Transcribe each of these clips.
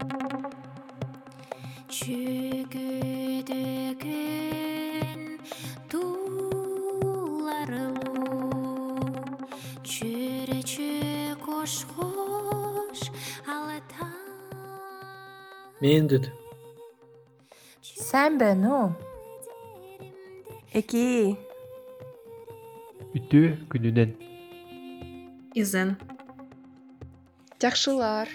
Чүгүдөгүн тууларылуу чүречү кош кош алата Мендит. Сайн байна уу? Эки. Үтүө күнүнен. Изен. Жакшылар.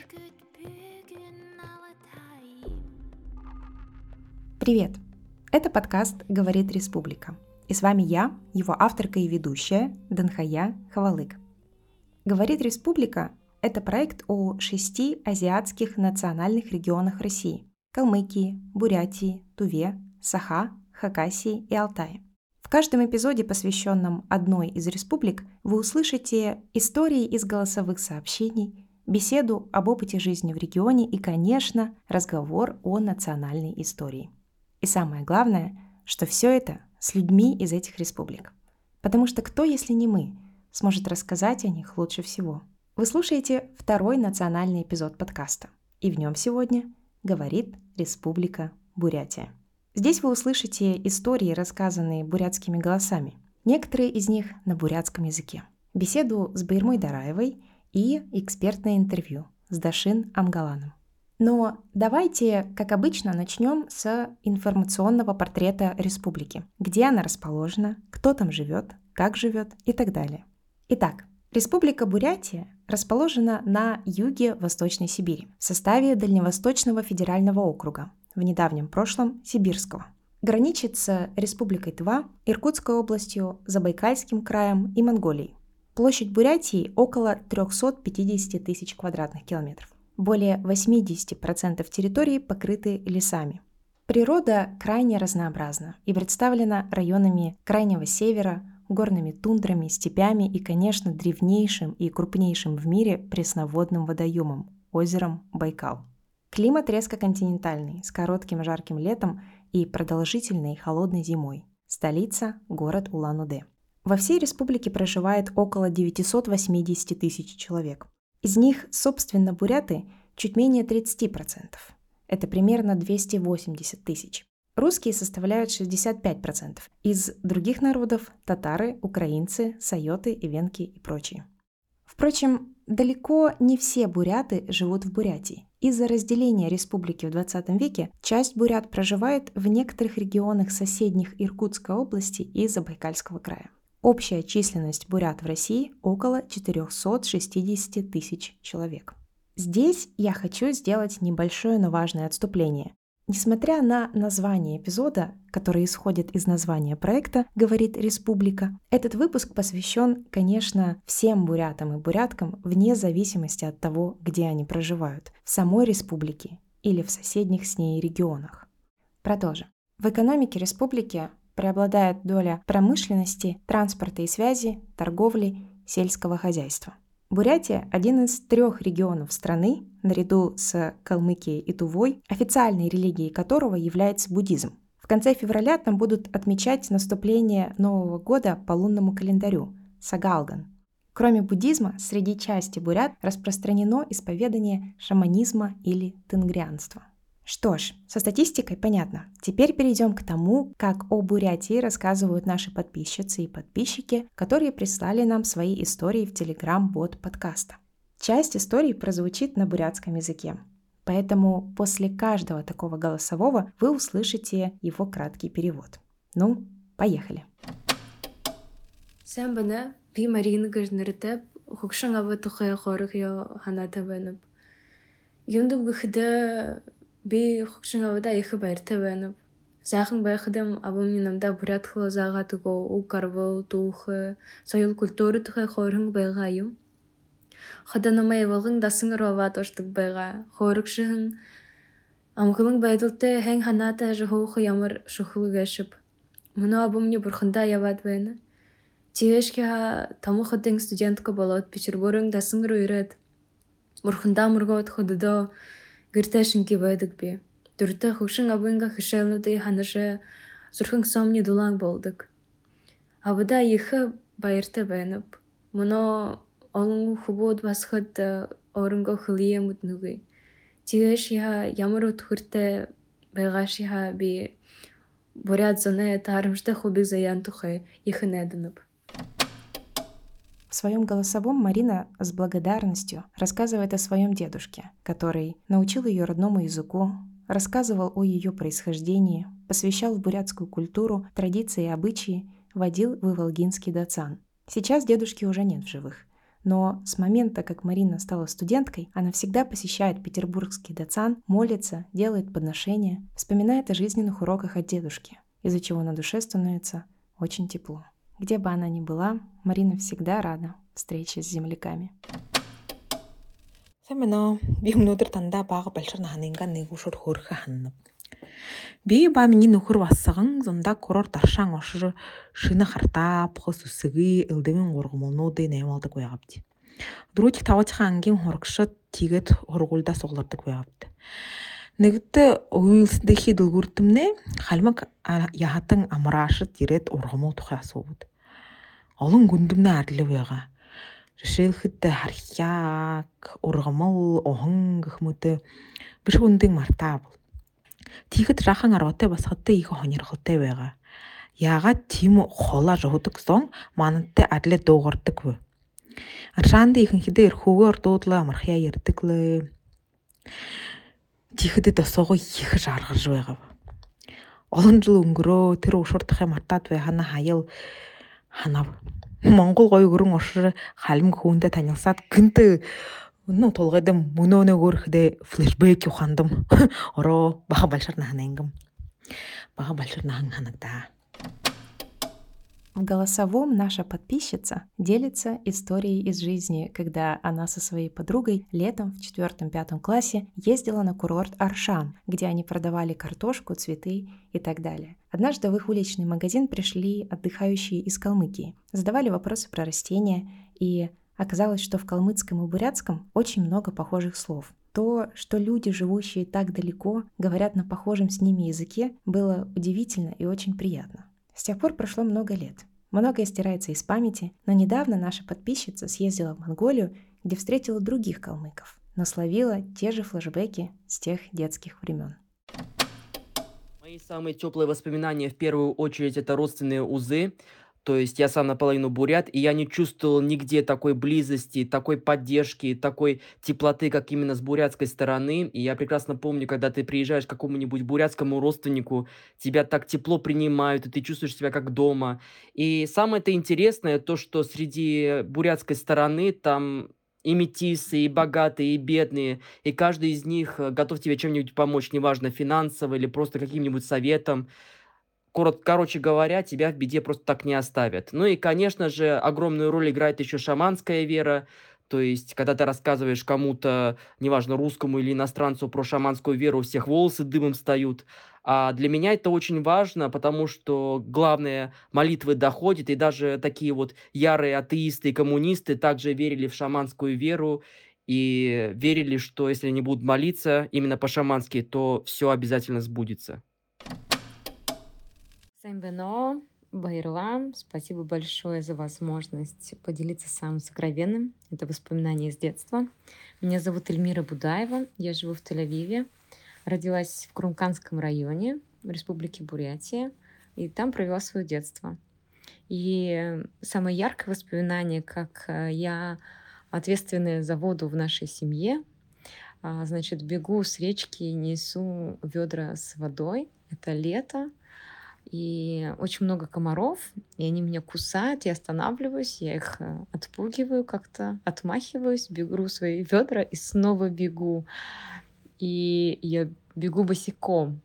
Привет! Это подкаст «Говорит Республика». И с вами я, его авторка и ведущая Данхая Хавалык. «Говорит Республика» — это проект о 6 азиатских национальных регионах России — Калмыкии, Бурятии, Туве, Саха, Хакасии и Алтае. В каждом эпизоде, посвященном одной из республик, вы услышите истории из голосовых сообщений, беседу об опыте жизни в регионе и, конечно, разговор о национальной истории. И самое главное, что все это с людьми из этих республик. Потому что кто, если не мы, сможет рассказать о них лучше всего? Вы слушаете второй национальный эпизод подкаста. И в нем сегодня говорит Республика Бурятия. Здесь вы услышите истории, рассказанные бурятскими голосами. Некоторые из них на бурятском языке. Беседу с Байырмой Дараевой и экспертное интервью с Дашин Амгаланом. Но давайте, как обычно, начнем с информационного портрета республики. Где она расположена, кто там живет, как живет и так далее. Итак, Республика Бурятия расположена на юге Восточной Сибири в составе Дальневосточного федерального округа, в недавнем прошлом Сибирского. Граничит с Республикой Тыва, Иркутской областью, Забайкальским краем и Монголией. Площадь Бурятии около 350 тысяч квадратных километров. Более 80% территории покрыты лесами. Природа крайне разнообразна и представлена районами Крайнего Севера, горными тундрами, степями и, конечно, древнейшим и крупнейшим в мире пресноводным водоемом – озером Байкал. Климат резко континентальный, с коротким жарким летом и продолжительной холодной зимой. Столица – город Улан-Удэ. Во всей республике проживает около 980 тысяч человек. Из них, собственно, буряты чуть менее 30%. Это примерно 280 тысяч. Русские составляют 65%. Из других народов – татары, украинцы, сайоты, ивенки и прочие. Впрочем, далеко не все буряты живут в Бурятии. Из-за разделения республики в 20 веке часть бурят проживает в некоторых регионах соседних Иркутской области и Забайкальского края. Общая численность бурят в России около 460 тысяч человек. Здесь я хочу сделать небольшое, но важное отступление. Несмотря на название эпизода, которое исходит из названия проекта «Говорит Республика», этот выпуск посвящен, конечно, всем бурятам и буряткам вне зависимости от того, где они проживают, в самой республике или в соседних с ней регионах. Продолжим. В экономике республики преобладает доля промышленности, транспорта и связи, торговли, сельского хозяйства. Бурятия – один из 3 регионов страны, наряду с Калмыкией и Тувой, официальной религией которого является буддизм. В конце февраля там будут отмечать наступление Нового года по лунному календарю – Сагалган. Кроме буддизма, среди части бурят распространено исповедание шаманизма или тенгрианства. Что ж, со статистикой понятно. Теперь перейдем к тому, как о Бурятии рассказывают наши подписчицы и подписчики, которые прислали нам свои истории в Telegram-бот подкаста. Часть историй прозвучит на бурятском языке, поэтому после каждого такого голосового вы услышите его краткий перевод. Ну, поехали! Sen bana bir Marina gırnırıtıp, hukşun avı tukhaya khoruk yo hanata banıp. Yundum gıkhıda bir hukşun avı da yıkı bayırta banıp. Захын байхыдым абымнинамда бурят хылазага туго укарвыл тухы, союл культуры тухай хорың байгайым. Хаданамай валгың дасыңыр вава тоштык байга, хорукшыхын амгылың байдылты хэн ханата жахоухы ямар шухылы гашып. Муну абымни бурхында яват байна. Тиешке таму хадың студентка болот, Петербургың дасыңыр үйрет. Бурхында мургот худыдо гырташынки байдык бе. Дурта хушың абынга хышайлыды ханышы сурхың сомни дулаң болдык. Абыда йыхы байырты байынып. Муно олыңу хубуд басхыд орынго хылие мутнугы. Тэгээс яа ямар өтгөртэй байгаш яа би бурят зоне тарамжтай хубик заян тухай ихэнэ адынып. В своем голосовом Марина с благодарностью рассказывает о своем дедушке, который научил ее родному языку, рассказывал о ее происхождении, посвящал в бурятскую культуру, традиции и обычаи, водил в Иволгинский дацан. Сейчас дедушки уже нет в живых. Но с момента, как Марина стала студенткой, она всегда посещает петербургский дацан, молится, делает подношения, вспоминает о жизненных уроках от дедушки, из-за чего на душе становится очень тепло. Где бы она ни была, Марина всегда рада встрече с земляками. Сайн байна уу? Би өнөөдөр дандаа бага балшир наханынгаа нэгүшөр хөрхө ханна. Би ба миний нөхөр бассаган зундаг курорт даршаан ошир шинэ хартаа бохос үсэги элдэвэн гургамнуудыг наймалдаг байгаад. Дөрөвдүгээр тавцхан ангийн хурагшид тэгээд хургуулдаа суглардаг байгаад. Нэгдэ уйлсдэхий дөлгүртэмнэ халмаг яхатан амраашид ирээд ургамуу тухай асуув. Олон гүндэмнэ арлав байгаа. Жишээлхэд харьяак, ургамал, охон гэх мэт биш гүндийг мартаав. Тийхэд рахан аргатай басхадтай их хонирхолтой байгаа. Яагаад тийм холоож өгдөг сон манантай адлаа дуугардаг вэ? Аршаанд ихэнхдээ эрхүүгээр дуудлаа амархяа ярддаг лээ. Тийхэд тосоогоо их шааргаж байгаа. Олон жил өнгөрөө тэр ушурдахыг мартаад бай хана хаял ханав. Монгол гоё өрөн ошир халимг хүндэ танилцаад гэнт өнөө тулгайдам мөнөөнөө өөрхдөө флешбэк ухандам ороо баха балшир наханангам баха балшир нахан ханагда. В голосовом наша подписчица делится историей из жизни, когда она со своей подругой летом в 4-5 классе ездила на курорт Аршан, где они продавали картошку, цветы и так далее. Однажды в их уличный магазин пришли отдыхающие из Калмыкии, задавали вопросы про растения, и оказалось, что в калмыцком и бурятском очень много похожих слов. То, что люди, живущие так далеко, говорят на похожем с ними языке, было удивительно и очень приятно. С тех пор прошло много лет. Многое стирается из памяти, но недавно наша подписчица съездила в Монголию, где встретила других калмыков, но словила те же флешбеки с тех детских времен. Мои самые теплые воспоминания в первую очередь это родственные узы. То есть я сам наполовину бурят, и я не чувствовал нигде такой близости, такой поддержки, такой теплоты, как именно с бурятской стороны. И я прекрасно помню, когда ты приезжаешь к какому-нибудь бурятскому родственнику, тебя так тепло принимают, и ты чувствуешь себя как дома. И самое-то интересное то, что среди бурятской стороны там и метисы, и богатые, и бедные, и каждый из них готов тебе чем-нибудь помочь, неважно, финансово или просто каким-нибудь советом. Короче говоря, тебя в беде просто так не оставят. Ну и, конечно же, огромную роль играет еще шаманская вера. То есть, когда ты рассказываешь кому-то, неважно, русскому или иностранцу про шаманскую веру, у всех волосы дымом встают. А для меня это очень важно, потому что, главное, молитвы доходят, и даже такие вот ярые атеисты и коммунисты также верили в шаманскую веру и верили, что если они будут молиться именно по-шамански, то все обязательно сбудется. Сайнбено, Байрлам, спасибо большое за возможность поделиться самым сокровенным. Это воспоминания из детства. Меня зовут Эльмира Будаева, я живу в Тель-Авиве. Родилась в Крумканском районе в Республике Бурятия, и там провела свое детство. И самое яркое воспоминание, как я ответственная за воду в нашей семье, значит, бегу с речки, несу ведра с водой. Это лето. И очень много комаров, и они меня кусают, я останавливаюсь, я их отпугиваю как-то, отмахиваюсь, беру свои ведра и снова бегу. И я бегу босиком.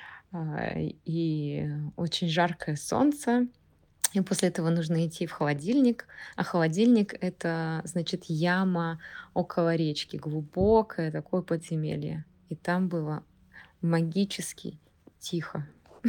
И очень жаркое солнце. И после этого нужно идти в холодильник. А холодильник — это, значит, яма около речки, глубокое такое подземелье. И там было магически тихо.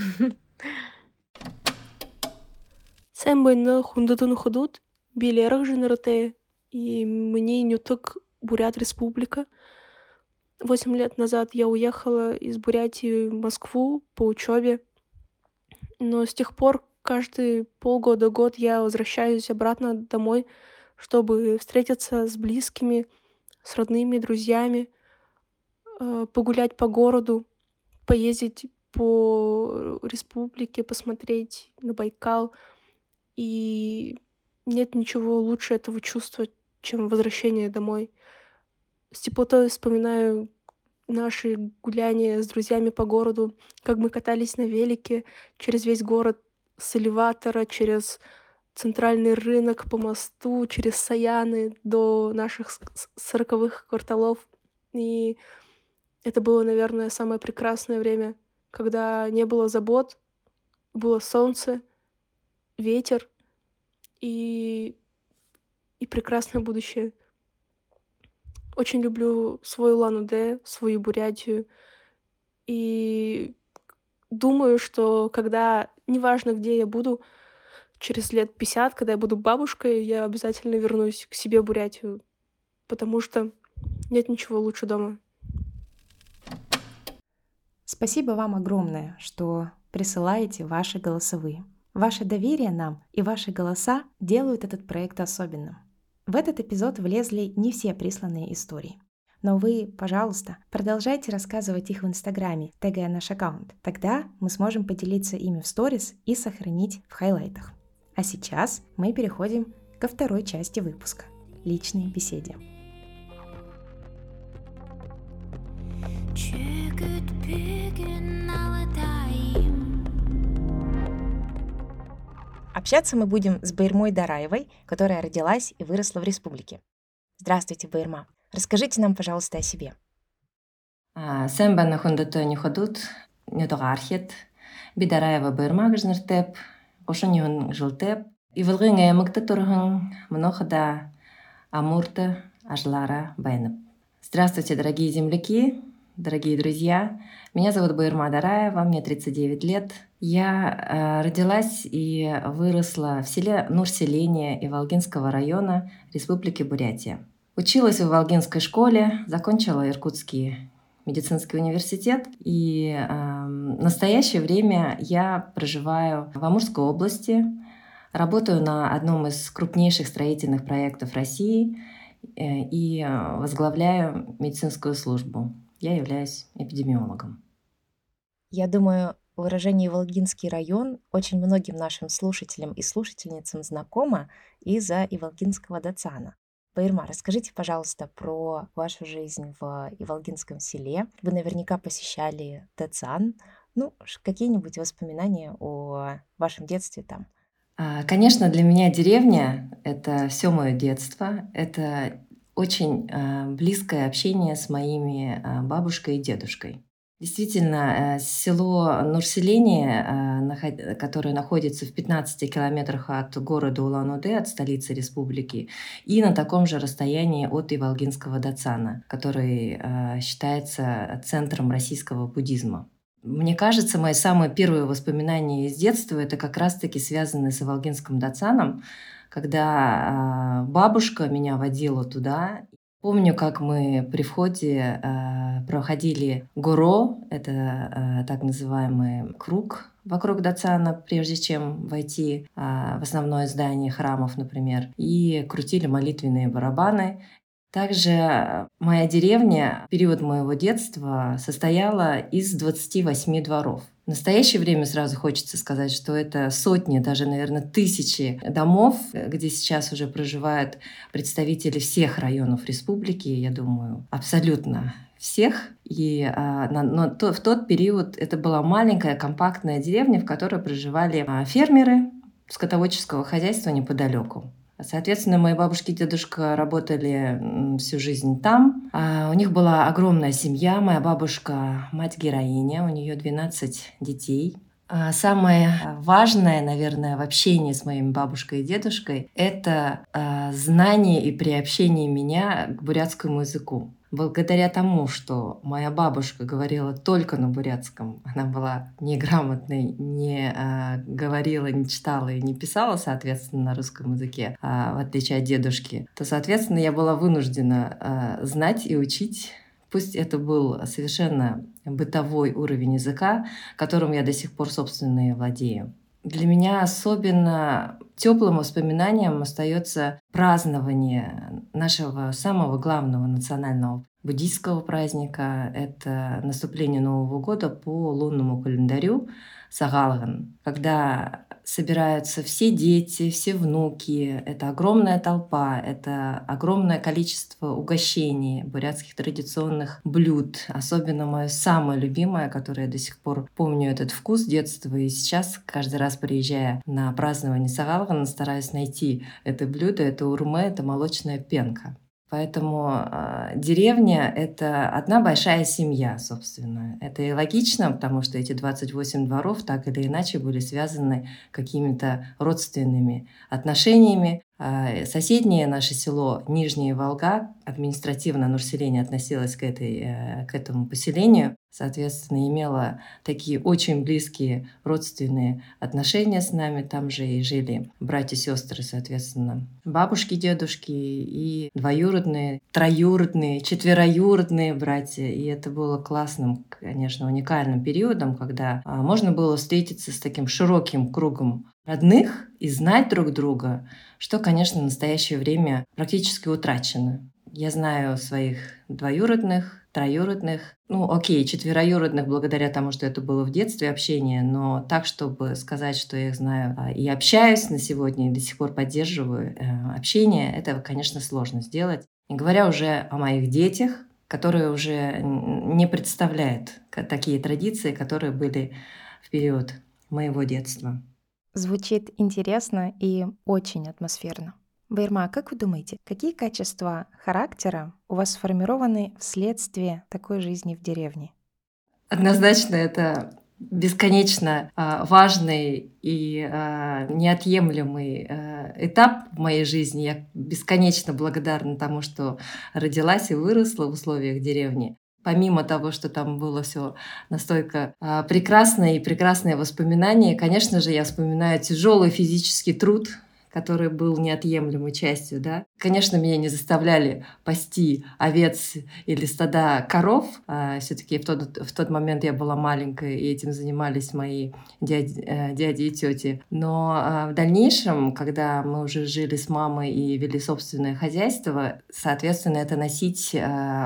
Сайн байна хүндэдэн худууд би Лера Женерте, и мне Нюток, Бурят Республика. 8 лет назад я уехала из Бурятии в Москву по учебе, но с тех пор каждые полгода-год я возвращаюсь обратно домой, чтобы встретиться с близкими, с родными, друзьями. погулять по городу, поездить по республике, посмотреть на Байкал. И нет ничего лучше этого чувства, чем возвращение домой. С теплотой вспоминаю наши гуляния с друзьями по городу, как мы катались на велике через весь город с элеватора, через центральный рынок по мосту, через Саяны до наших 40-х кварталов. И это было, наверное, самое прекрасное время, когда не было забот, было солнце, ветер и прекрасное будущее. Очень люблю свой Улан-Удэ, свою Бурятию. И думаю, что когда, неважно, где я буду, через лет 50, когда я буду бабушкой, я обязательно вернусь к себе в Бурятию, потому что нет ничего лучше дома. Спасибо вам огромное, что присылаете ваши голосовые. Ваше доверие нам и ваши голоса делают этот проект особенным. В этот эпизод влезли не все присланные истории. Но вы, пожалуйста, продолжайте рассказывать их в Инстаграме, тегая наш аккаунт. Тогда мы сможем поделиться ими в сторис и сохранить в хайлайтах. А сейчас мы переходим ко второй части выпуска – личной беседе. Общаться мы будем с Байырмой Дараевой, которая родилась и выросла в республике. Здравствуйте, Байырма. Расскажите нам, пожалуйста, о себе. Sen bana hundata ni ходут, не догархет. Бидараева Байырма гжнертеп, ошоньон жилтеп. И вылгынга ямыкта тургын, мнохада амурта ажлара байнып. Здравствуйте, дорогие земляки, дорогие друзья. Меня зовут Байырма Дараева, мне 39 лет. Я родилась и выросла в селе Нур-Селение Иволгинского района Республики Бурятия. Училась в Иволгинской школе, закончила Иркутский медицинский университет. И в настоящее время я проживаю в Амурской области, работаю на одном из крупнейших строительных проектов России и возглавляю медицинскую службу. Я являюсь эпидемиологом. Я думаю, выражение «Иволгинский район» очень многим нашим слушателям и слушательницам знакомо из-за Иволгинского Дацана. Байырма, расскажите, пожалуйста, про вашу жизнь в Иволгинском селе. Вы наверняка посещали Дацан. Какие-нибудь воспоминания о вашем детстве там? Конечно, для меня деревня — это все мое детство. Это очень близкое общение с моими бабушкой и дедушкой. Действительно, село Нур-Селение, которое находится в 15 километрах от города Улан-Удэ, от столицы республики, и на таком же расстоянии от Иволгинского Дацана, который считается центром российского буддизма. Мне кажется, мои самые первые воспоминания из детства — это как раз-таки связаны с Иволгинским Дацаном, когда бабушка меня водила туда. Помню, как мы при входе проходили горо, это так называемый круг вокруг Дацана, прежде чем войти в основное здание храмов, например, и крутили молитвенные барабаны. Также моя деревня в период моего детства состояла из 28 дворов. В настоящее время сразу хочется сказать, что это сотни, даже, наверное, тысячи домов, где сейчас уже проживают представители всех районов республики, я думаю, абсолютно всех. Но в тот период это была маленькая компактная деревня, в которой проживали фермеры скотоводческого хозяйства неподалеку. Соответственно, мои бабушки и дедушка работали всю жизнь там. У них была огромная семья. Моя бабушка — мать-героиня, у нее 12 детей. Самое важное, наверное, в общении с моими бабушкой и дедушкой — это знание и приобщение меня к бурятскому языку. Благодаря тому, что моя бабушка говорила только на бурятском, она была неграмотной, не говорила, не читала и не писала, соответственно, на русском языке, в отличие от дедушки, то, соответственно, я была вынуждена знать и учить. Пусть это был совершенно бытовой уровень языка, которым я до сих пор, собственно, и владею. Для меня особенно теплым воспоминанием остается празднование нашего самого главного национального буддийского праздника. Это наступление Нового года по лунному календарю Сагалган, когда собираются все дети, все внуки. Это огромная толпа, это огромное количество угощений, бурятских традиционных блюд. Особенно мое самое любимое, которое я до сих пор помню этот вкус детства. И сейчас, каждый раз приезжая на празднование Сагалгана, стараюсь найти это блюдо. Это урме, это молочная пенка. Поэтому деревня — это одна большая семья, собственно. Это и логично, потому что эти 28 дворов так или иначе были связаны какими-то родственными отношениями. Соседнее наше село Нижняя Волга, административно население относилось к этому поселению, соответственно, имело такие очень близкие родственные отношения с нами. Там же и жили братья и сестры, соответственно, бабушки, дедушки и двоюродные, троюродные, четвероюродные братья. И это было классным, конечно, уникальным периодом, когда можно было встретиться с таким широким кругом родных и знать друг друга, что, конечно, в настоящее время практически утрачено. Я знаю своих двоюродных, троюродных, четвероюродных, благодаря тому, что это было в детстве общение, но так, чтобы сказать, что я их знаю и общаюсь на сегодня, и до сих пор поддерживаю общение, это, конечно, сложно сделать. Не говоря уже о моих детях, которые уже не представляют такие традиции, которые были в период моего детства. Звучит интересно и очень атмосферно. Баирма, как вы думаете, какие качества характера у вас сформированы вследствие такой жизни в деревне? Однозначно это бесконечно важный и неотъемлемый этап в моей жизни. Я бесконечно благодарна тому, что родилась и выросла в условиях деревни. Помимо того, что там было все настолько прекрасно и прекрасные воспоминания, конечно же, я вспоминаю тяжелый физический труд, который был неотъемлемой частью, да. Конечно, меня не заставляли пасти овец или стада коров. Все-таки в тот момент я была маленькая, и этим занимались мои дяди и тети. Но в дальнейшем, когда мы уже жили с мамой и вели собственное хозяйство, соответственно, это носить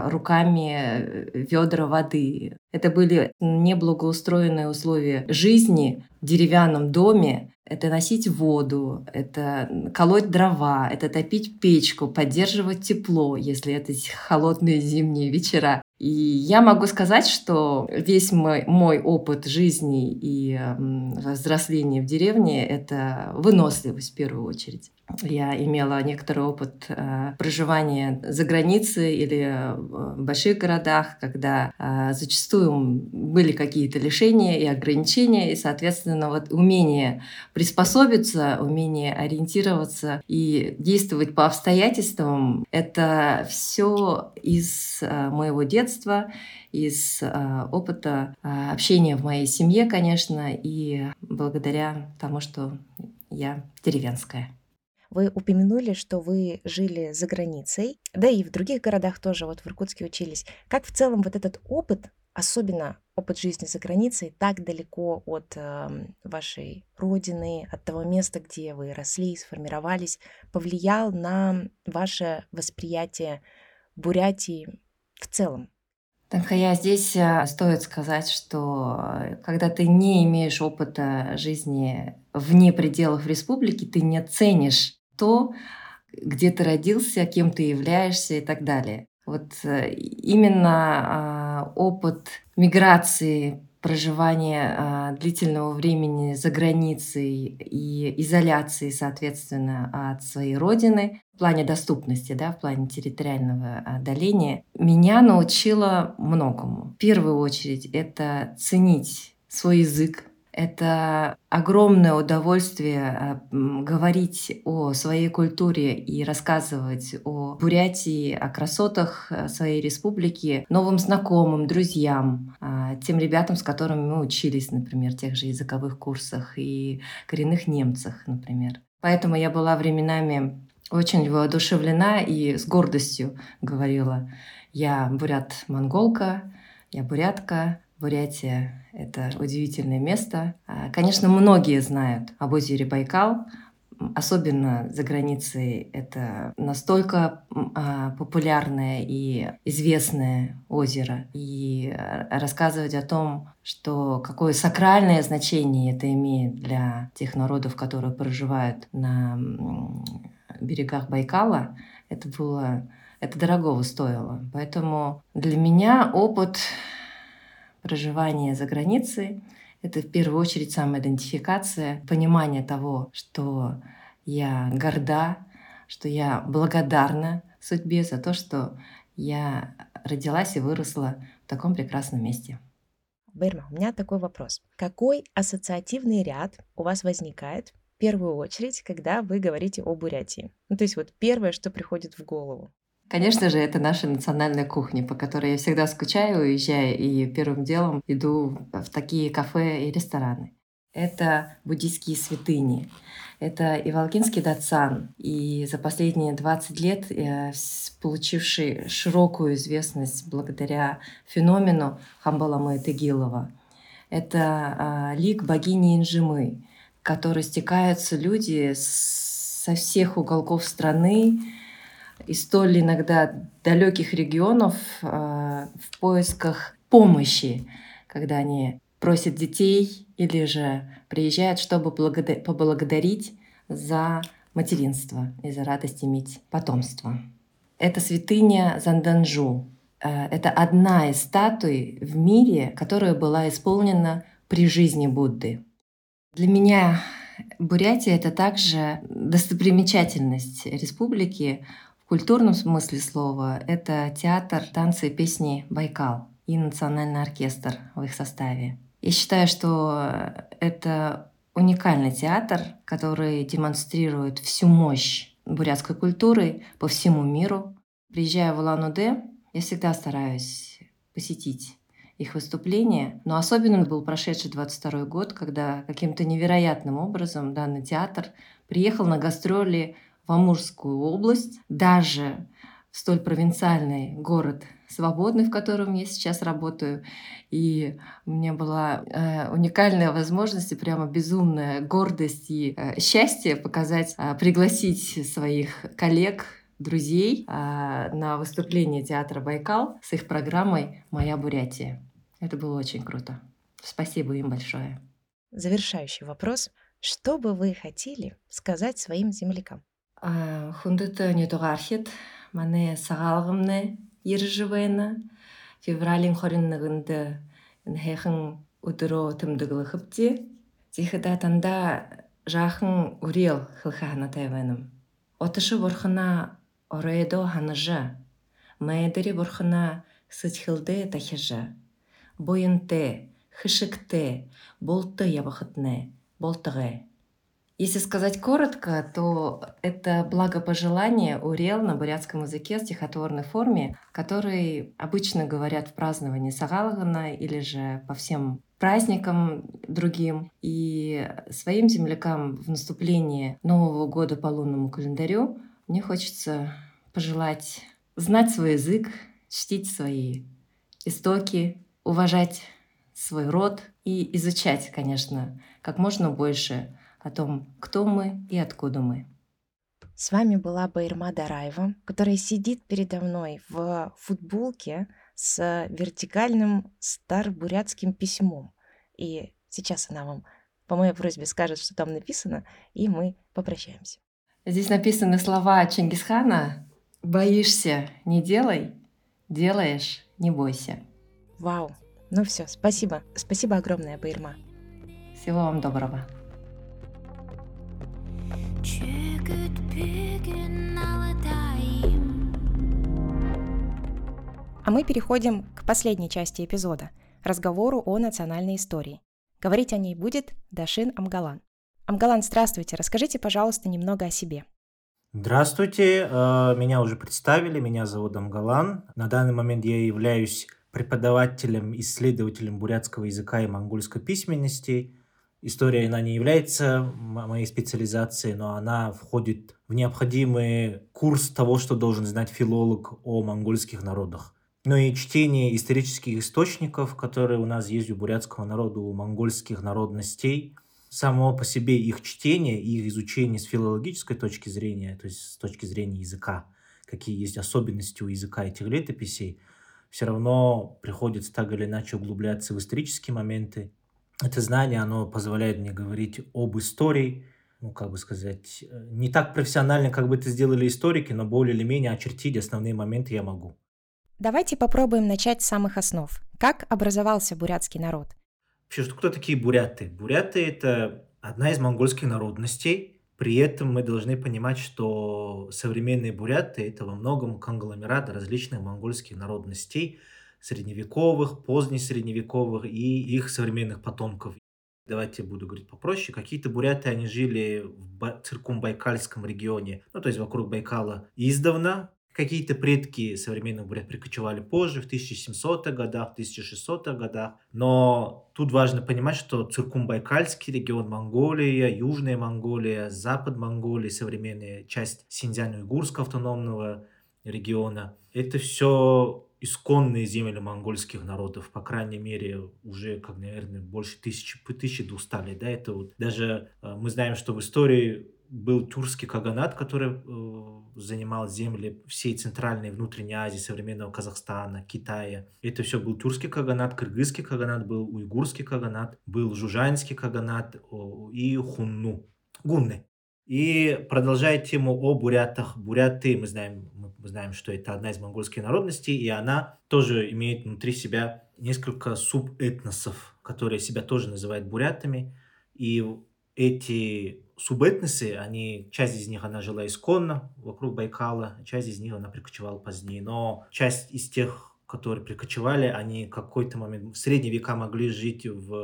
руками ведра воды. Это были неблагоустроенные условия жизни в деревянном доме. Это носить воду, это колоть дрова, это топить печку, поддерживать тепло, если это холодные зимние вечера. И я могу сказать, что весь мой опыт жизни и взросления в деревне — это выносливость в первую очередь. Я имела некоторый опыт проживания за границей или в больших городах, когда зачастую были какие-то лишения и ограничения, и, соответственно, вот умение приспособиться, умение ориентироваться и действовать по обстоятельствам — это все из моего детства, из опыта общения в моей семье, конечно, и благодаря тому, что я деревенская. Вы упомянули, что вы жили за границей, да и в других городах тоже, вот в Иркутске учились. Как в целом вот этот опыт, особенно опыт жизни за границей, так далеко от вашей родины, от того места, где вы росли, сформировались, повлиял на ваше восприятие Бурятии в целом? Танхая, здесь стоит сказать, что когда ты не имеешь опыта жизни вне пределов республики, ты не ценишь то, где ты родился, кем ты являешься и так далее. Вот именно опыт миграции, проживания длительного времени за границей и изоляции, соответственно, от своей родины в плане доступности, да, в плане территориального отдаления, меня научило многому. В первую очередь это ценить свой язык. Это огромное удовольствие говорить о своей культуре и рассказывать о Бурятии, о красотах своей республики новым знакомым, друзьям, тем ребятам, с которыми мы учились, например, в тех же языковых курсах и коренных немцах, например. Поэтому я была временами очень воодушевлена и с гордостью говорила: я бурят-монголка, я бурятка. Бурятия — это удивительное место. Конечно, многие знают об озере Байкал. особенно за границей, это настолько популярное и известное озеро. И рассказывать о том, что какое сакральное значение это имеет для тех народов, которые проживают на берегах Байкала, это дорогого стоило. Поэтому для меня опыт проживания за границей — это в первую очередь самоидентификация, понимание того, что я горда, что я благодарна судьбе за то, что я родилась и выросла в таком прекрасном месте. Баирма, у меня такой вопрос. Какой ассоциативный ряд у вас возникает в первую очередь, когда вы говорите о Бурятии? То есть вот первое, что приходит в голову. Конечно же, это наша национальная кухня, по которой я всегда скучаю, уезжаю, и первым делом иду в такие кафе и рестораны. Это буддийские святыни, это Ивалкинский датсан, и за последние 20 лет получивший широкую известность благодаря феномену Хамбаламы Тегилова. Это лик богини Инжимы, в который стекаются люди со всех уголков страны, из столь иногда далеких регионов в поисках помощи, когда они просят детей или же приезжают, чтобы поблагодарить за материнство и за радость иметь потомство. Это святыня Занданжу. Это одна из статуй в мире, которая была исполнена при жизни Будды. Для меня Бурятия — это также достопримечательность республики. В культурном смысле слова это театр танца и песни «Байкал» и национальный оркестр в их составе. Я считаю, что это уникальный театр, который демонстрирует всю мощь бурятской культуры по всему миру. Приезжая в Улан-Удэ, я всегда стараюсь посетить их выступления, но особенным был прошедший 22 год, когда каким-то невероятным образом данный театр приехал на гастроли в Амурскую область, даже в столь провинциальный город Свободный, в котором я сейчас работаю. И у меня была уникальная возможность и прямо безумная гордость и счастье пригласить своих коллег, друзей на выступление театра «Байкал» с их программой «Моя Бурятия». Это было очень круто. Спасибо им большое. Завершающий вопрос. Что бы вы хотели сказать своим землякам? Хундыты нетугархит, мане сагалгымны ержывена, февралин хориннығынды нхэхын удыро тымдыглыхыпти, тихыда танда жахын урел хылхана тайваным. Отышы борхына орейдо ханыжа, мэйдери борхына сычхылды тахижа, бойынты, хышыкты, болты ябахытны, болтығы. Если сказать коротко, то это благопожелание урел на бурятском языке в стихотворной форме, который обычно говорят в праздновании Сагалгана или же по всем праздникам другим. И своим землякам в наступлении Нового года по лунному календарю мне хочется пожелать знать свой язык, чтить свои истоки, уважать свой род и изучать, конечно, как можно больше о том, кто мы и откуда мы. С вами была Баирма Дараева, которая сидит передо мной в футболке с вертикальным старобурятским письмом. И сейчас она вам по моей просьбе скажет, что там написано, и мы попрощаемся. Здесь написаны слова Чингисхана: «Боишься — не делай, делаешь — не бойся». Вау! Ну все, спасибо. Спасибо огромное, Баирма. Всего вам доброго. А мы переходим к последней части эпизода – разговору о национальной истории. Говорить о ней будет Дашин Амгалан. Амгалан, здравствуйте. Расскажите, пожалуйста, немного о себе. Здравствуйте. Меня уже представили. Меня зовут Амгалан. На данный момент я являюсь преподавателем, исследователем бурятского языка и монгольской письменности. История, она не является моей специализацией, но она входит в необходимый курс того, что должен знать филолог о монгольских народах. Ну и чтение исторических источников, которые у нас есть у бурятского народа, у монгольских народностей, само по себе их чтение и их изучение с филологической точки зрения, то есть с точки зрения языка, какие есть особенности у языка этих летописей, все равно приходится так или иначе углубляться в исторические моменты. Это знание, оно позволяет мне говорить об истории, ну, как бы сказать, не так профессионально, как бы это сделали историки, но более или менее очертить основные моменты я могу. Давайте попробуем начать с самых основ. Как образовался бурятский народ? Вообще, кто такие буряты? Буряты – это одна из монгольских народностей. При этом мы должны понимать, что современные буряты – это во многом конгломерат различных монгольских народностей, средневековых, позднесредневековых и их современных потомков. Давайте буду говорить попроще. Какие-то буряты, они жили в Циркумбайкальском регионе, ну, то есть вокруг Байкала издавна. Какие-то предки современных бурят прикочевали позже, в 1700-х годах, в 1600-х годах. Но тут важно понимать, что Циркумбайкальский регион, Монголия, Южная Монголия, Запад Монголии, современная часть Синьцзянь-Уйгурского автономного региона, это все исконные земли монгольских народов, по крайней мере, уже, как, наверное, больше 1200 лет. Да, это вот даже мы знаем, что в истории был тюркский каганат, который занимал земли всей Центральной и Внутренней Азии, современного Казахстана, Китая. Это все был тюркский каганат, кыргызский каганат был, уйгурский каганат, был жужанский каганат и гунны. И продолжая тему о бурятах. Буряты, мы знаем, что это одна из монгольских народностей, и она тоже имеет внутри себя несколько субэтносов, которые себя тоже называют бурятами. И эти субэтносы, часть из них она жила исконно вокруг Байкала, часть из них она прикочевала позднее. Но часть из тех, которые прикочевали, они в какой-то момент в средние века могли жить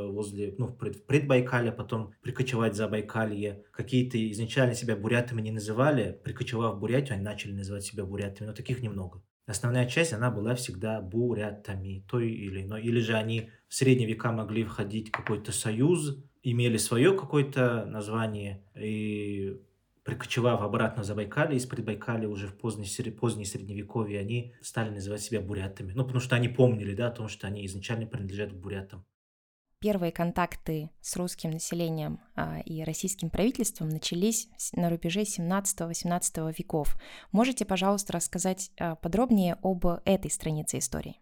в предбайкале, потом прикочевать за Байкалье. Какие-то изначально себя бурятами не называли, прикочевав в Бурятию, они начали называть себя бурятами, но таких немного. Основная часть, она была всегда бурятами, той или иной. Или же они в средние века могли входить в какой-то союз, имели свое какое-то название, и прикочевав обратно в Забайкалье, из Предбайкалья уже в позднее Средневековье, они стали называть себя бурятами. Ну, потому что они помнили, да, о том, что они изначально принадлежат к бурятам. Первые контакты с русским населением и российским правительством начались на рубеже 17-18 веков. Можете, пожалуйста, рассказать подробнее об этой странице истории?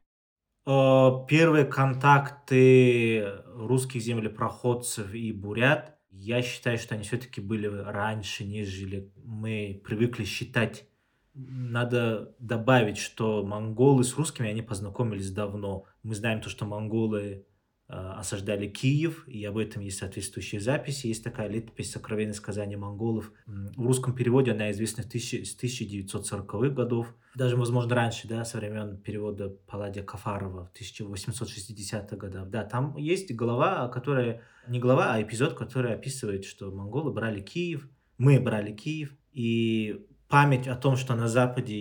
Первые контакты русских землепроходцев и бурят, я считаю, что они все-таки были раньше, нежели мы привыкли считать. Надо добавить, что монголы с русскими, они познакомились давно. Мы знаем то, что монголы осаждали Киев, и об этом есть соответствующие записи. Есть такая летопись «Сокровенные сказания монголов». В русском переводе она известна с 1940-х годов. Даже, возможно, раньше, да, со времен перевода Палладия Кафарова в 1860-х годах. Да, там есть глава, не глава, а эпизод, который описывает, что монголы брали Киев, мы брали Киев, и память о том, что на Западе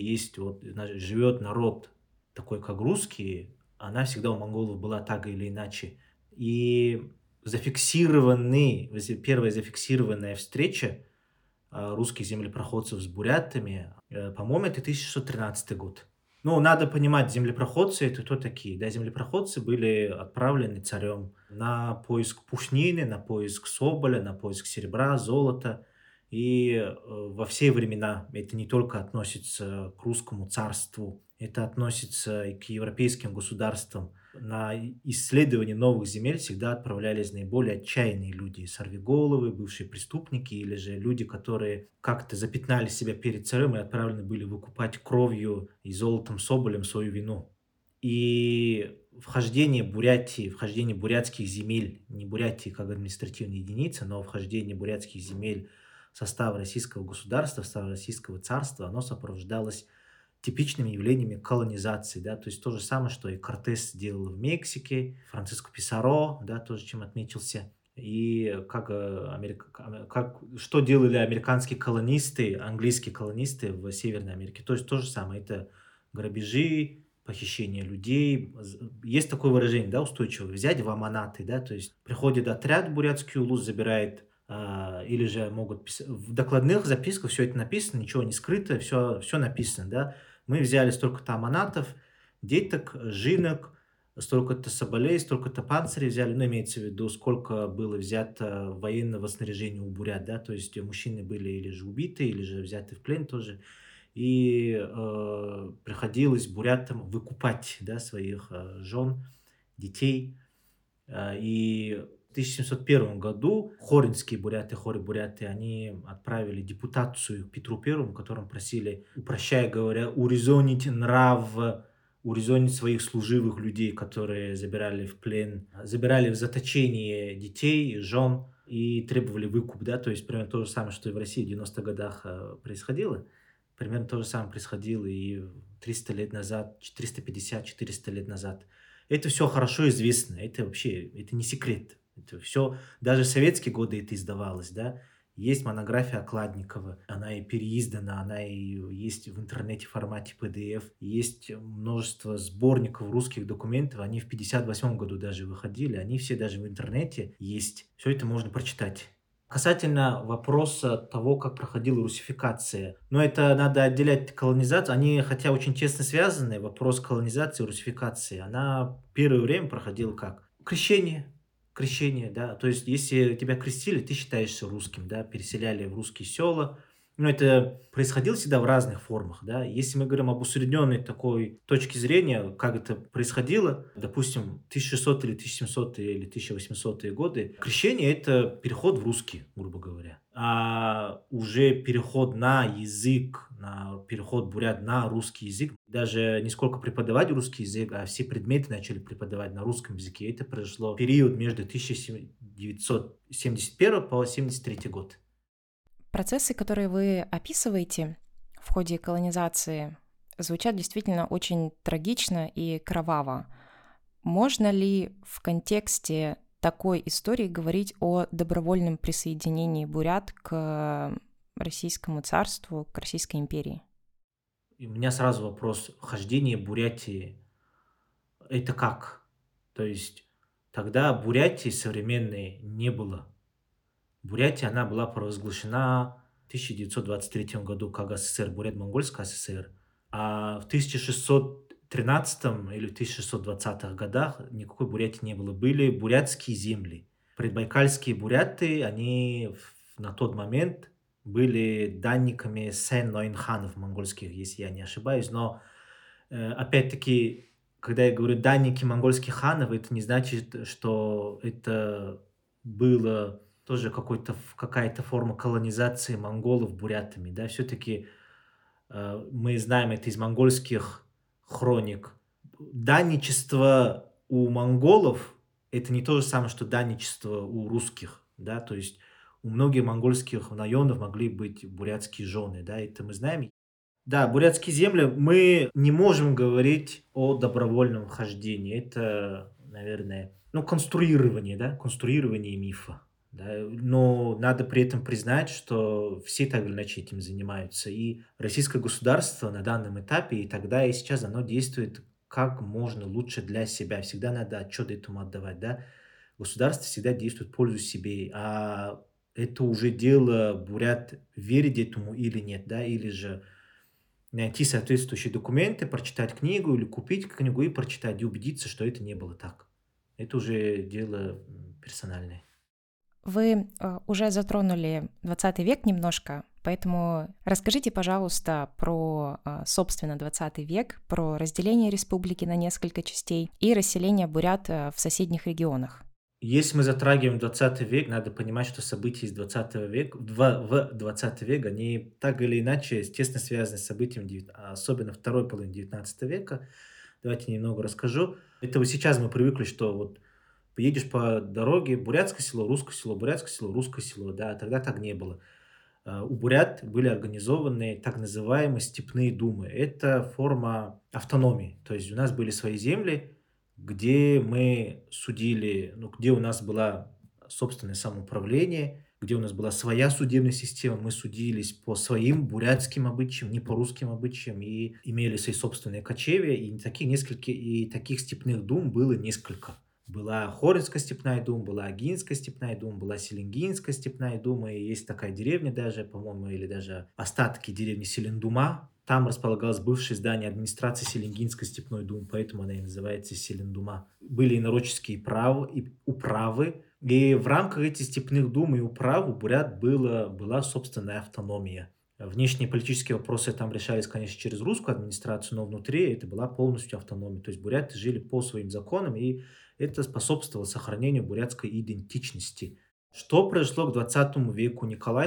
живет народ такой, как русские, она всегда у монголов была так или иначе. И первая зафиксированная встреча русских землепроходцев с бурятами, по-моему, это 1613 год. Ну, надо понимать, землепроходцы это кто такие? Да, землепроходцы были отправлены царем на поиск пушнины, на поиск соболя, на поиск серебра, золота. И во все времена это не только относится к русскому царству, это относится и к европейским государствам. На исследование новых земель всегда отправлялись наиболее отчаянные люди, сорвиголовы, бывшие преступники, или же люди, которые как-то запятнали себя перед царем и отправлены были выкупать кровью и золотом соболем свою вину. И вхождение бурятских земель, не Бурятии как административной единицы, но вхождение бурятских земель в состав российского государства, в состав российского царства, оно сопровождалось типичными явлениями колонизации, да, то есть то же самое, что и Кортес делал в Мексике, Франциско Писаро, да, тоже чем отметился, и что делали американские колонисты, английские колонисты в Северной Америке, то есть то же самое, это грабежи, похищение людей, есть такое выражение, да, устойчивое, взять в аманаты, да, то есть приходит отряд в бурятский улус, забирает, или же могут писать, в докладных записках все это написано, ничего не скрыто, все написано, да. Мы взяли столько-то аманатов, деток, жинок, столько-то соболей, столько-то панцирей взяли, ну, имеется в виду, сколько было взято военного снаряжения у бурят, да, то есть мужчины были или же убиты, или же взяты в плен тоже, и приходилось бурятам выкупать, да, своих жен, детей, и в 1701 году хоринские буряты, хоры-буряты, они отправили депутацию к Петру Первому, которым просили, упрощая говоря, урезонить нрав, урезонить своих служивых людей, которые забирали в плен, забирали в заточение детей, жен и требовали выкуп, да, то есть примерно то же самое, что и в России в 90-х годах происходило. Примерно то же самое происходило и 300 лет назад, 350-400 лет назад. Это все хорошо известно, это вообще, это не секрет. Это все, даже в советские годы это издавалось, да. Есть монография Окладникова, она и переиздана, она и есть в интернете в формате PDF. Есть множество сборников русских документов, они в 1958 году даже выходили, они все даже в интернете есть. Все это можно прочитать. Касательно вопроса того, как проходила русификация. Но это надо отделять колонизацию. Они, хотя очень тесно связаны, вопрос колонизации и русификации, она первое время проходила как? Крещение. Крещение, да. То есть, если тебя крестили, ты считаешься русским, да. Переселяли в русские села. Но это происходило всегда в разных формах, да. Если мы говорим об усредненной такой точке зрения, как это происходило, допустим, 1600 или 1700 или 1800 годы, крещение – это переход в русский, грубо говоря. А уже переход на язык, на переход бурят на русский язык, даже не сколько преподавать русский язык, а все предметы начали преподавать на русском языке. Это произошло в период между 1971 по 1973 год. Процессы, которые вы описываете в ходе колонизации, звучат действительно очень трагично и кроваво. Можно ли в контексте такой истории говорить о добровольном присоединении бурят к Российскому царству, к Российской империи? И у меня сразу вопрос: вхождение Бурятии – это как? То есть тогда Бурятии современной не было. Бурятия, она была провозглашена в 1923 году как СССР, Бурят-Монгольская ССР. А в 1613 или 1620-х годах никакой Бурятии не было. Были бурятские земли. Предбайкальские буряты, они на тот момент были данниками Сен-Ноин-ханов монгольских, если я не ошибаюсь. Но, опять-таки, когда я говорю данники монгольских ханов, это не значит, что это было тоже какая-то форма колонизации монголов бурятами. Да? Все-таки мы знаем это из монгольских хроник. Данничество у монголов – это не то же самое, что данничество у русских. Да? То есть у многих монгольских наёнов могли быть бурятские жены. Да? Это мы знаем. Да, бурятские земли, мы не можем говорить о добровольном вхождении. Это, наверное, конструирование, да? Конструирование мифа. Да, но надо при этом признать, что все так или иначе этим занимаются. И российское государство на данном этапе, и тогда, и сейчас, оно действует как можно лучше для себя. Всегда надо отчет этому отдавать. Да? Государство всегда действует в пользу себе. А это уже дело бурят, верить этому или нет. Да? Или же найти соответствующие документы, прочитать книгу или купить книгу и прочитать, и убедиться, что это не было так. Это уже дело персональное. Вы уже затронули 20 век немножко, поэтому расскажите, пожалуйста, про, собственно, 20 век, про разделение республики на несколько частей и расселение бурят в соседних регионах. Если мы затрагиваем 20 век, надо понимать, что события из 20 века, в 20 век, они так или иначе тесно связаны с событиями, особенно второй половины 19 века. Давайте немного расскажу. Это вот сейчас мы привыкли, что вот поедешь по дороге, бурятское село, русское село, бурятское село, русское село, да, тогда так не было. У бурят были организованы так называемые степные думы. Это форма автономии, то есть у нас были свои земли, где мы судили, где у нас было собственное самоуправление, где у нас была своя судебная система, мы судились по своим бурятским обычаям, не по русским обычаям, и имели свои собственные кочевья, и таких степных дум было несколько. Была Хоринская степная дума, была Агинская степная дума, была Селенгинская степная дума, и есть такая деревня даже, по-моему, или даже остатки деревни Селендума, Там располагалось бывшее здание администрации Селенгинской степной думы, поэтому она и называется Селендума. Были инородческие управы, и в рамках этих степных дум и управ у бурят была собственная автономия. Внешние политические вопросы там решались, конечно, через русскую администрацию, но внутри это была полностью автономия. То есть буряты жили по своим законам, и это способствовало сохранению бурятской идентичности. Что произошло к 20 веку? Николай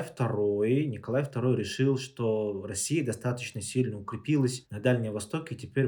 II решил, что Россия достаточно сильно укрепилась на Дальнем Востоке, и теперь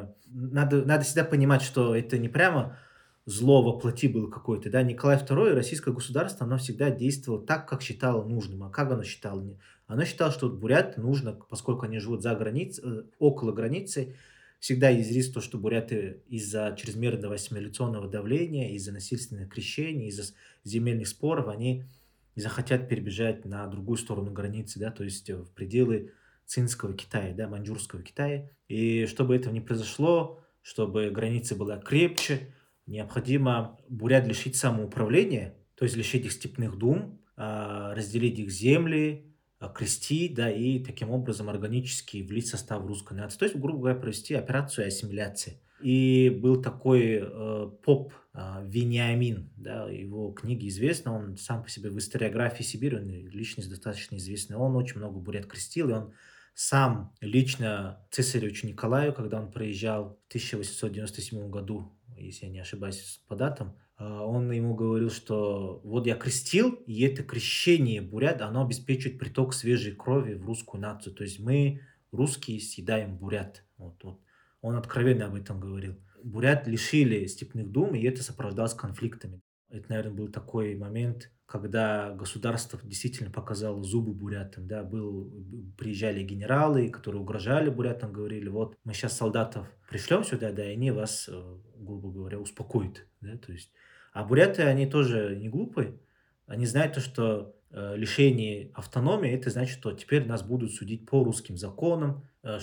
надо всегда понимать, что это не прямо зло воплоти было какое-то, да. Николай II и российское государство, оно всегда действовало так, как считало нужным. А как оно считало? Оно считало, что бурят нужно, поскольку они живут около границы, всегда есть риск, что буряты из-за чрезмерного ассимиляционного давления, из-за насильственных крещений, из-за земельных споров, они захотят перебежать на другую сторону границы, да, то есть в пределы Цинского Китая, да, Маньчжурского Китая. И чтобы этого не произошло, чтобы граница была крепче, необходимо бурят лишить самоуправления, то есть лишить их степных дум, разделить их земли, крестить, да, и таким образом органически влить в состав русской нации. То есть, грубо говоря, провести операцию ассимиляции. И был такой поп Вениамин, да, его книги известны, он сам по себе в историографии Сибири, он личность достаточно известная, он очень много бурят крестил, и он сам лично цесаревичу Николаю, когда он приезжал в 1897 году, если я не ошибаюсь по датам, он ему говорил, что вот я крестил, и это крещение бурят, оно обеспечивает приток свежей крови в русскую нацию. То есть мы, русские, съедаем бурят. Вот. Он откровенно об этом говорил. Бурят лишили степных дум, и это сопровождалось конфликтами. Это, наверное, был такой момент, когда государство действительно показало зубы бурятам. Да? Приезжали генералы, которые угрожали бурятам, говорили, вот мы сейчас солдатов пришлем сюда, да, и они вас, грубо говоря, успокоят. Да? То есть, а буряты, они тоже не глупые. Они знают то, что лишение автономии, это значит, что теперь нас будут судить по русским законам,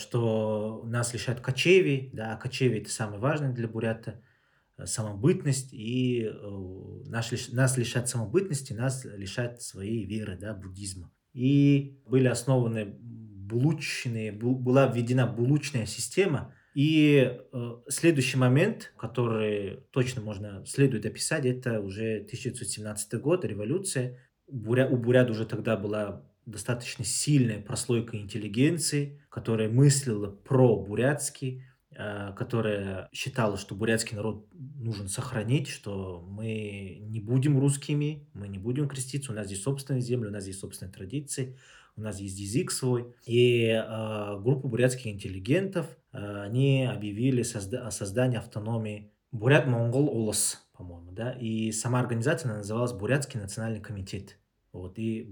что нас лишат кочевий, да, а кочевий это самое важное для бурята, самобытность, и нас лишат самобытности, нас лишат своей веры, да, буддизма. И была введена булочная система, и следующий момент, который точно следует описать, это уже 1917 год, революция. У бурят уже тогда была достаточно сильная прослойка интеллигенции, которая мыслила про-бурятски, которая считала, что бурятский народ нужен сохранить, что мы не будем русскими, мы не будем креститься, у нас здесь собственные земли, у нас здесь собственные традиции, у нас есть язык свой. И группа бурятских интеллигентов, они объявили о создании автономии Бурят-Монгол Олос, по-моему, да, и сама организация называлась Бурятский национальный комитет. Вот, и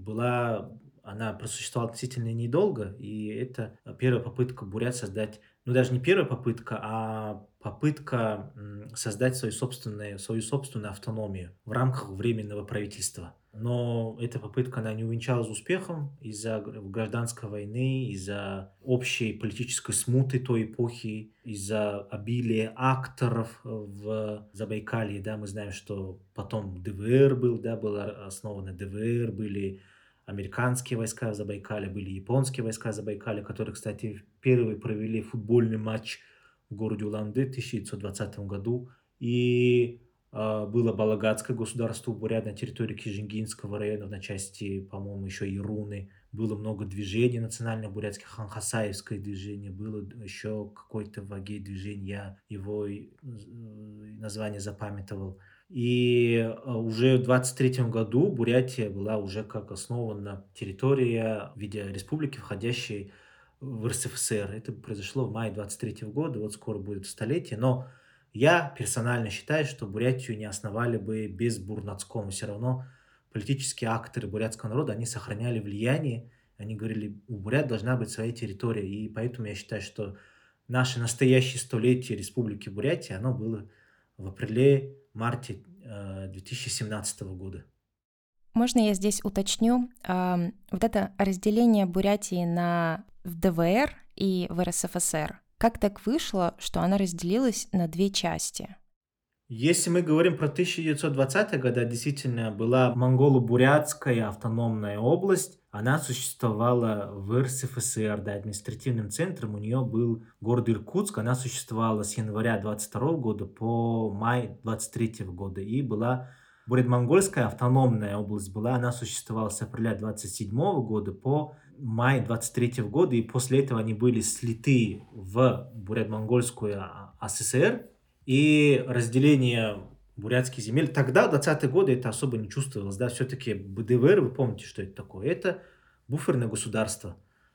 она просуществовала относительно недолго, и это первая попытка бурят создать, даже не первая попытка, а попытка создать свою собственную автономию в рамках временного правительства. Но эта попытка, она не увенчалась успехом из-за гражданской войны, из-за общей политической смуты той эпохи, из-за обилия акторов в Забайкалье. Да, мы знаем, что потом ДВР было основано ДВР, были американские войска в Забайкале, были японские войска в Забайкале, которые, кстати, первые провели футбольный матч в городе Улан-Удэ в 1920 году. И было Балагатское государство бурят на территории Кижингинского района, на части, по-моему, еще и Руны. Было много движений национальных бурятских, Ханхасаевское движение, было еще какое-то ваге движение, я его название запамятовал. И уже в 23 году Бурятия была уже как основана территория в виде республики, входящей в РСФСР. Это произошло в мае 23 года, вот скоро будет столетие. Но я персонально считаю, что Бурятию не основали бы без Бурнацкого. Все равно политические акторы бурятского народа, они сохраняли влияние. Они говорили, у бурят должна быть своя территория. И поэтому я считаю, что наше настоящее столетие Республики Бурятия, оно было в апреле-марте 2017 года. Можно я здесь уточню? Вот это разделение Бурятии в ДВР и в РСФСР, как так вышло, что она разделилась на две части? Если мы говорим про 1920-е годы, действительно была монголо-бурятская автономная область. Она существовала в РСФСР, да, административным центром у нее был город Иркутск. Она существовала с января 22 года по май 23 года. И была Бурят-монгольская автономная область была, она существовала с апреля 27 года по май 23 года. И после этого они были слиты в Бурят-монгольскую АССР. И разделение бурятских земель, тогда, в 20-е годы, это особо не чувствовалось, да, все-таки БДВР, вы помните, что это такое? Это буферное государство.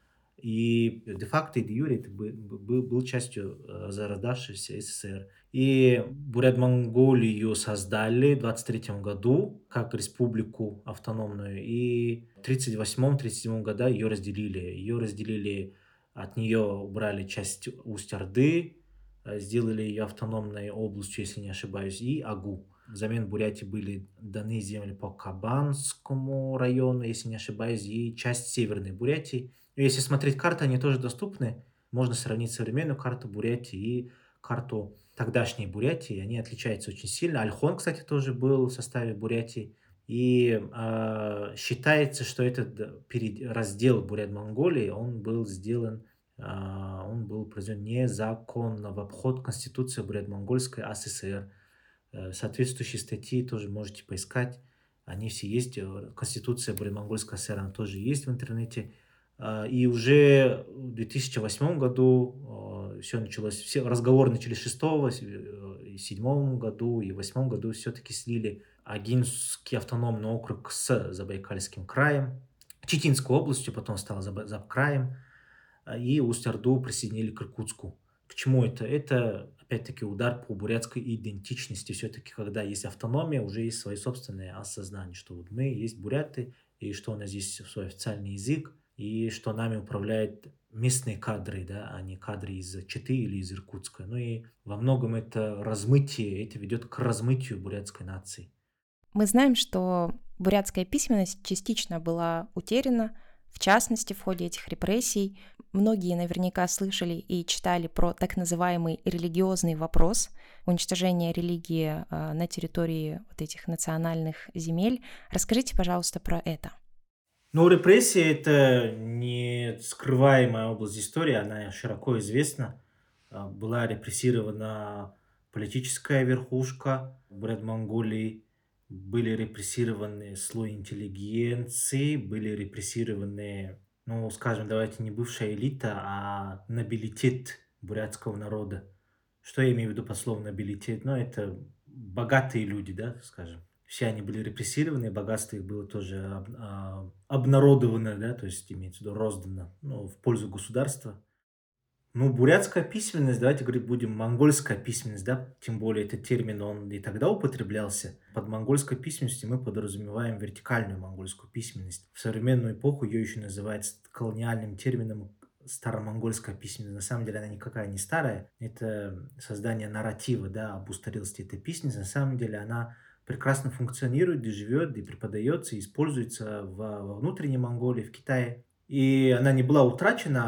И де-факто и де-юре это был частью зарождавшейся СССР. И Бурят-Монголию создали в 23 году как республику автономную. И в 38-37 году ее разделили. Ее разделили, от нее убрали часть Усть-Орды, сделали ее автономной областью, если не ошибаюсь, и Агу. Взамен Бурятии были даны земли по Кабанскому району, если не ошибаюсь, и часть Северной Бурятии. И если смотреть карты, они тоже доступны. Можно сравнить современную карту Бурятии и карту тогдашней Бурятии. Они отличаются очень сильно. Ольхон, кстати, тоже был в составе Бурятии. И считается, что этот раздел Бурят-Монголии, он был произведен незаконно в обход Конституции Бурят-Монгольской АССР. Соответствующие статьи тоже можете поискать. Они все есть. Конституция Бурят-Монгольской АССР, она тоже есть в интернете. И уже в 2008 году все началось, все разговоры начались 6-го, 7 году и 8 году все-таки слили Агинский автономный округ с Забайкальским краем, Читинской областью, потом стал Забкраем, и Усть-Орду присоединили к Иркутску. К чему это? Это, опять-таки, удар по бурятской идентичности. Все-таки, когда есть автономия, уже есть свои собственные осознания, что вот мы есть буряты, и что у нас есть свой официальный язык, и что нами управляют местные кадры, да, а не кадры из Читы или из Иркутска. Ну и во многом это размытие, это ведет к размытию бурятской нации. Мы знаем, что бурятская письменность частично была утеряна, в частности, в ходе этих репрессий. Многие наверняка слышали и читали про так называемый религиозный вопрос, уничтожение религии на территории вот этих национальных земель. Расскажите, пожалуйста, про это. Ну, репрессии – это не скрываемая область истории, она широко известна. Была репрессирована политическая верхушка Бурят-Монголии, были репрессированы слой интеллигенции, были репрессированы, ну, скажем, давайте не бывшая элита, а нобилитет бурятского народа. Что я имею в виду под словом нобилитет? Ну, это богатые люди, да, скажем. Все они были репрессированы, богатство их было тоже обнародовано, да, то есть имеется в виду роздано, ну, в пользу государства. Ну, бурятская письменность, давайте говорить будем, монгольская письменность, да, тем более этот термин, он и тогда употреблялся. Под монгольской письменностью мы подразумеваем вертикальную монгольскую письменность. В современную эпоху ее еще называют колониальным термином старомонгольская письменность. На самом деле она никакая не старая, это создание нарратива, да, об устарелости этой письменности. На самом деле она прекрасно функционирует, и живет, и преподается, и используется во внутренней Монголии, в Китае. И она не была утрачена,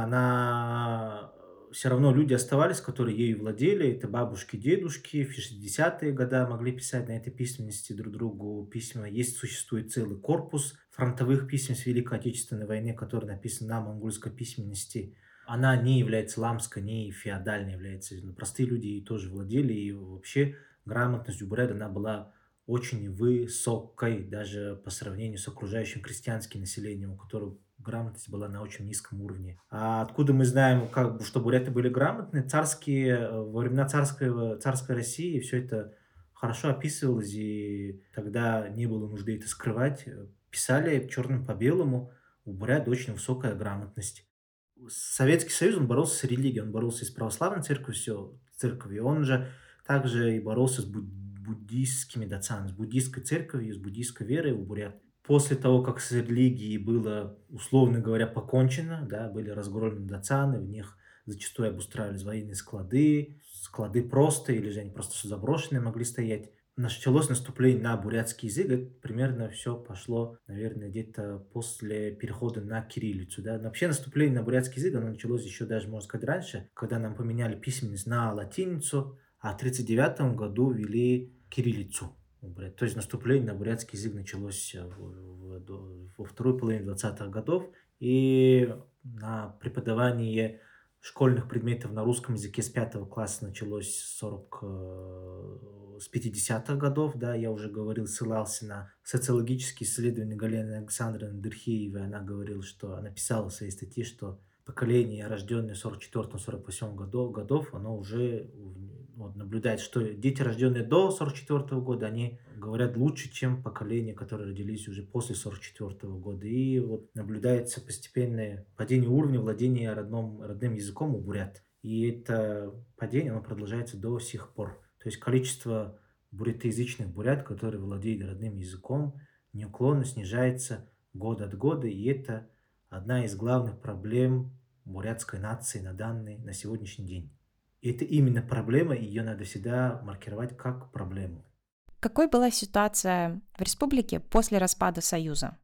она все равно люди оставались, которые ею владели. Это бабушки, дедушки в 60-е годы могли писать на этой письменности друг другу письма. Существует целый корпус фронтовых писем с Великой Отечественной войны, который написан на монгольской письменности. Она не является ламской, не феодальной является. Простые люди ей тоже владели, и вообще грамотность у бурят, она была очень высокой, даже по сравнению с окружающим крестьянским населением, у которого грамотность была на очень низком уровне. А откуда мы знаем, что буряты были грамотны? Во времена царской России все это хорошо описывалось, и тогда не было нужды это скрывать. Писали черным по белому, у бурят очень высокая грамотность. Советский Союз, он боролся с религией, он боролся и с православной церковью, он же также и боролся с буддийскими дацанами, с буддийской церковью, с буддийской верой у бурят. После того, как с религией было, условно говоря, покончено, да, были разгромлены дацаны, в них зачастую обустраивались военные склады просто, или же они просто заброшенные могли стоять. Началось наступление на бурятский язык, это примерно все пошло, наверное, где-то после перехода на кириллицу. Да. Но вообще наступление на бурятский язык, оно началось еще даже, можно сказать, раньше, когда нам поменяли письменность на латиницу, а в 1939 году ввели кириллицу. То есть наступление на бурятский язык началось во второй половине 20-х годов, и на преподавание школьных предметов на русском языке с 5 класса началось с 50-х годов, да, я уже говорил, ссылался на социологические исследования Галины Александровны Дырхеевой, она говорила, что она писала в своей статье, что поколение, рожденное в 44-48 годов, оно уже наблюдает, что дети, рожденные до 44 года, они говорят лучше, чем поколение, которые родились уже после 44 года. И наблюдается постепенное падение уровня владения родным языком у бурят. И это падение, оно продолжается до сих пор. То есть количество бурятоязычных бурят, которые владеют родным языком, неуклонно снижается год от года, и это одна из главных проблем бурятской нации на сегодняшний день. И это именно проблема, и ее надо всегда маркировать как проблему. Какой была ситуация в республике после распада Союза?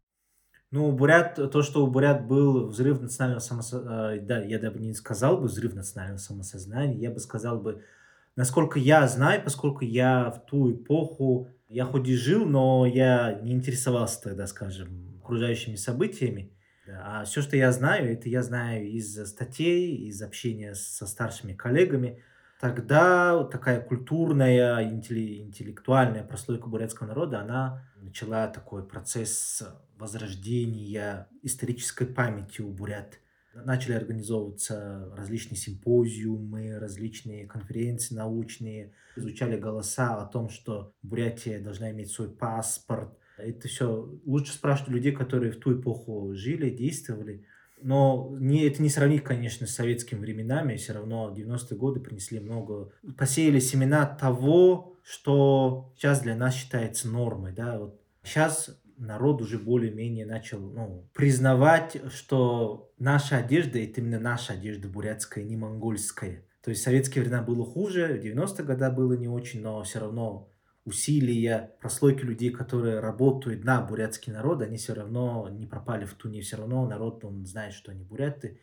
То, что у бурят был взрыв национального самосознания, да, я бы не сказал бы взрыв национального самосознания, я бы сказал бы, насколько я знаю, поскольку я в ту эпоху, я хоть и жил, но я не интересовался тогда, скажем, окружающими событиями. А все, что я знаю, это я знаю из статей, из общения со старшими коллегами. Тогда такая культурная, интеллектуальная прослойка бурятского народа, она начала такой процесс возрождения исторической памяти у бурят. Начали организовываться различные симпозиумы, различные конференции научные. Изучали голоса о том, что Бурятия должна иметь свой паспорт. Это все лучше спрашивать людей, которые в ту эпоху жили, действовали. Но это не сравнить, конечно, с советскими временами. Все равно 90-е годы принесли посеяли семена того, что сейчас для нас считается нормой. Да? Сейчас народ уже более-менее начал признавать, что наша одежда – это именно наша одежда бурятская, не монгольская. То есть в советские времена было хуже, в 90-е годы было не очень, но все равно усилия прослойки людей, которые работают на бурятский народ, они все равно не пропали в туне. Все равно народ, он знает, что они буряты,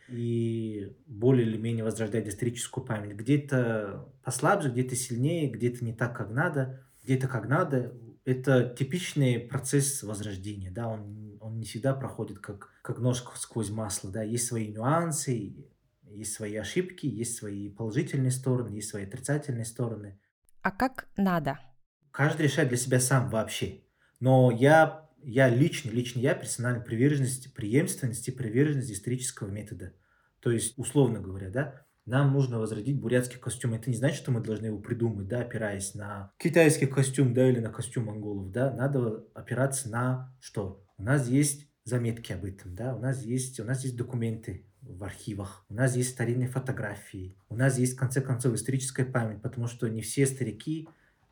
и более или менее возрождает историческую память. Где-то послабже, где-то сильнее, где-то не так, как надо, где-то как надо. Это типичный процесс возрождения, да, он не всегда проходит как нож сквозь масло, да, есть свои нюансы, есть свои ошибки, есть свои положительные стороны, есть свои отрицательные стороны. А как надо? Каждый решает для себя сам вообще. Но я лично я персонально преемственность и приверженность исторического метода. То есть, условно говоря, да, нам нужно возродить бурятский костюм. Это не значит, что мы должны его придумать, да, опираясь на китайский костюм, да, или на костюм монголов, да. Надо опираться на что? У нас есть заметки об этом, да, у нас есть документы в архивах, у нас есть старинные фотографии, у нас есть, в конце концов, историческая память, потому что не все старики,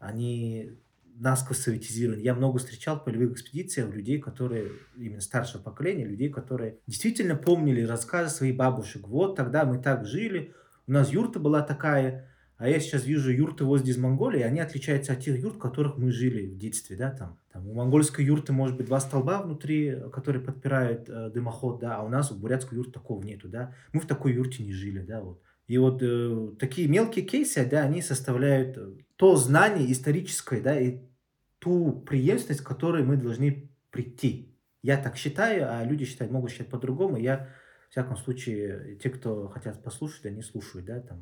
они насквозь советизированы. Я много встречал в полевых экспедициях людей, которые, именно старшего поколения, людей, которые действительно помнили рассказы своих бабушек. Вот тогда мы так жили, у нас юрта была такая, а я сейчас вижу юрты возле из Монголии, они отличаются от тех юрт, в которых мы жили в детстве, да, там у монгольской юрты может быть 2 столба внутри, которые подпирают дымоход, да, а у нас в бурятской юрте такого нету, да, мы в такой юрте не жили, да, вот. И такие мелкие кейсы, да, они составляют то знание историческое, да, и ту преемственность, к которой мы должны прийти. Я так считаю, а люди могут считать по-другому. Я, в всяком случае, те, кто хотят послушать, они слушают, да, там,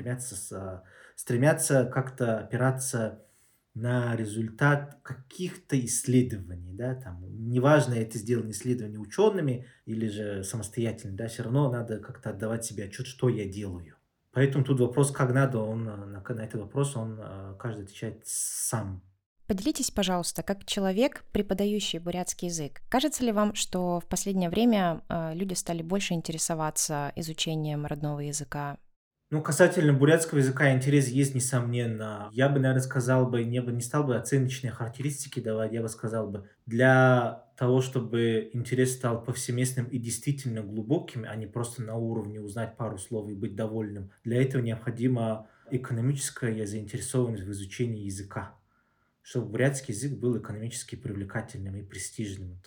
стремятся как-то опираться на результат каких-то исследований, да, там, неважно, это сделано исследование учеными или же самостоятельно, да, все равно надо как-то отдавать себе отчет, что я делаю. Поэтому тут вопрос, как надо, на этот вопрос каждый отвечает сам. Поделитесь, пожалуйста, как человек, преподающий бурятский язык, кажется ли вам, что в последнее время люди стали больше интересоваться изучением родного языка? Касательно бурятского языка интерес есть, несомненно. Я бы, наверное, сказал бы, не стал бы оценочные характеристики давать, я бы сказал бы, для того, чтобы интерес стал повсеместным и действительно глубоким, а не просто на уровне узнать пару слов и быть довольным, для этого необходима экономическая заинтересованность в изучении языка, чтобы бурятский язык был экономически привлекательным и престижным.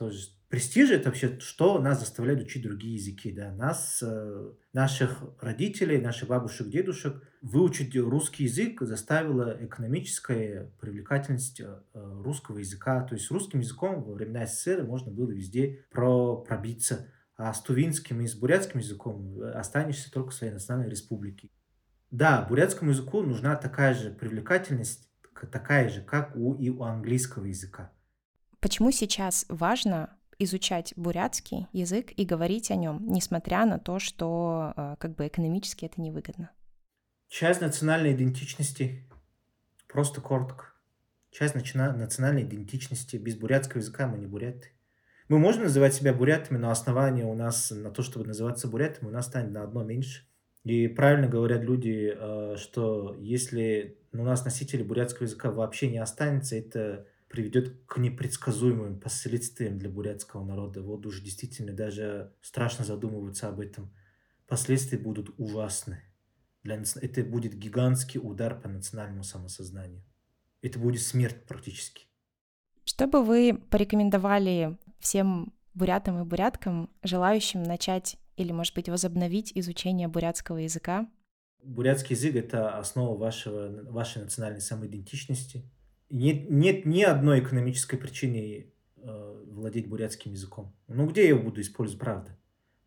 Престиж — это вообще что нас заставляет учить другие языки, да. Нас, наших родителей, наших бабушек, дедушек выучить русский язык заставила экономическая привлекательность русского языка. То есть с русским языком во времена СССР можно было везде пробиться, а с тувинским и с бурятским языком останешься только в своей национальной республике. Да, бурятскому языку нужна такая же привлекательность, такая же, как и у английского языка. Почему сейчас важно изучать бурятский язык и говорить о нем, несмотря на то, что экономически это невыгодно? Часть национальной идентичности, просто коротко. Часть национальной идентичности. Без бурятского языка мы не буряты. Мы можем называть себя бурятами, но основание у нас на то, чтобы называться бурятами, у нас станет на одно меньше. И правильно говорят люди, что если у нас носители бурятского языка вообще не останется, это приведет к непредсказуемым последствиям для бурятского народа. Вот уж действительно даже страшно задумываться об этом. Последствия будут ужасны. Это будет гигантский удар по национальному самосознанию. Это будет смерть практически. Что бы вы порекомендовали всем бурятам и буряткам, желающим начать или, может быть, возобновить изучение бурятского языка? Бурятский язык — это основа вашей национальной самоидентичности. Нет ни одной экономической причины владеть бурятским языком. Где я его буду использовать, правда?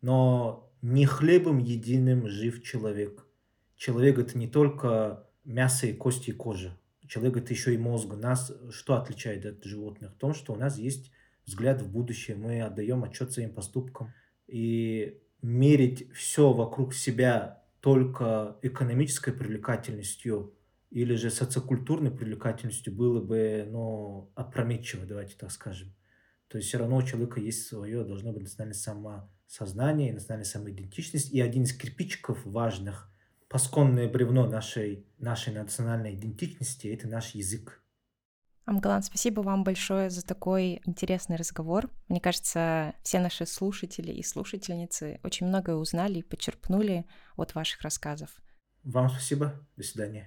Но не хлебом единым жив человек. Человек — это не только мясо и кости и кожа. Человек — это еще и мозг. Нас что отличает от животных? В том, что у нас есть взгляд в будущее. Мы отдаем отчет своим поступкам. И мерить все вокруг себя только экономической привлекательностью или же социокультурной привлекательностью было бы, опрометчиво, давайте так скажем. То есть все равно у человека есть свое, должно быть национальное самосознание, национальная самоидентичность. И один из кирпичиков важных, пасконное бревно нашей национальной идентичности — это наш язык. Амгалан, спасибо вам большое за такой интересный разговор. Мне кажется, все наши слушатели и слушательницы очень многое узнали и почерпнули от ваших рассказов. Вам спасибо. До свидания.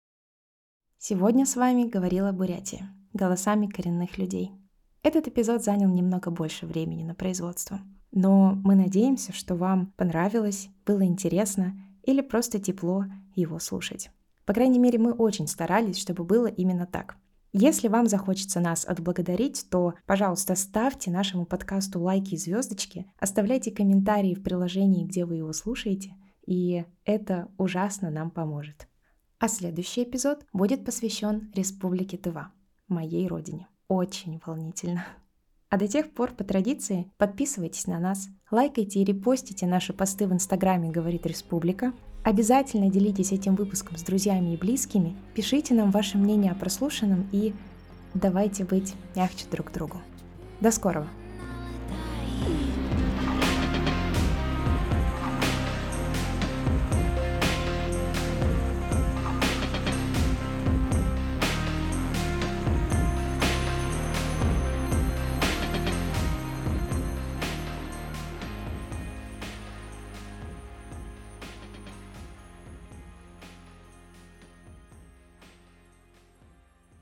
Сегодня с вами говорила Бурятия, голосами коренных людей. Этот эпизод занял немного больше времени на производство, но мы надеемся, что вам понравилось, было интересно или просто тепло его слушать. По крайней мере, мы очень старались, чтобы было именно так. Если вам захочется нас отблагодарить, то, пожалуйста, ставьте нашему подкасту лайки и звездочки, оставляйте комментарии в приложении, где вы его слушаете, и это ужасно нам поможет. А следующий эпизод будет посвящен Республике Тыва, моей родине. Очень волнительно. А до тех пор, по традиции, подписывайтесь на нас, лайкайте и репостите наши посты в Инстаграме «Говорит Республика». Обязательно делитесь этим выпуском с друзьями и близкими, пишите нам ваше мнение о прослушанном и давайте быть мягче друг к другу. До скорого!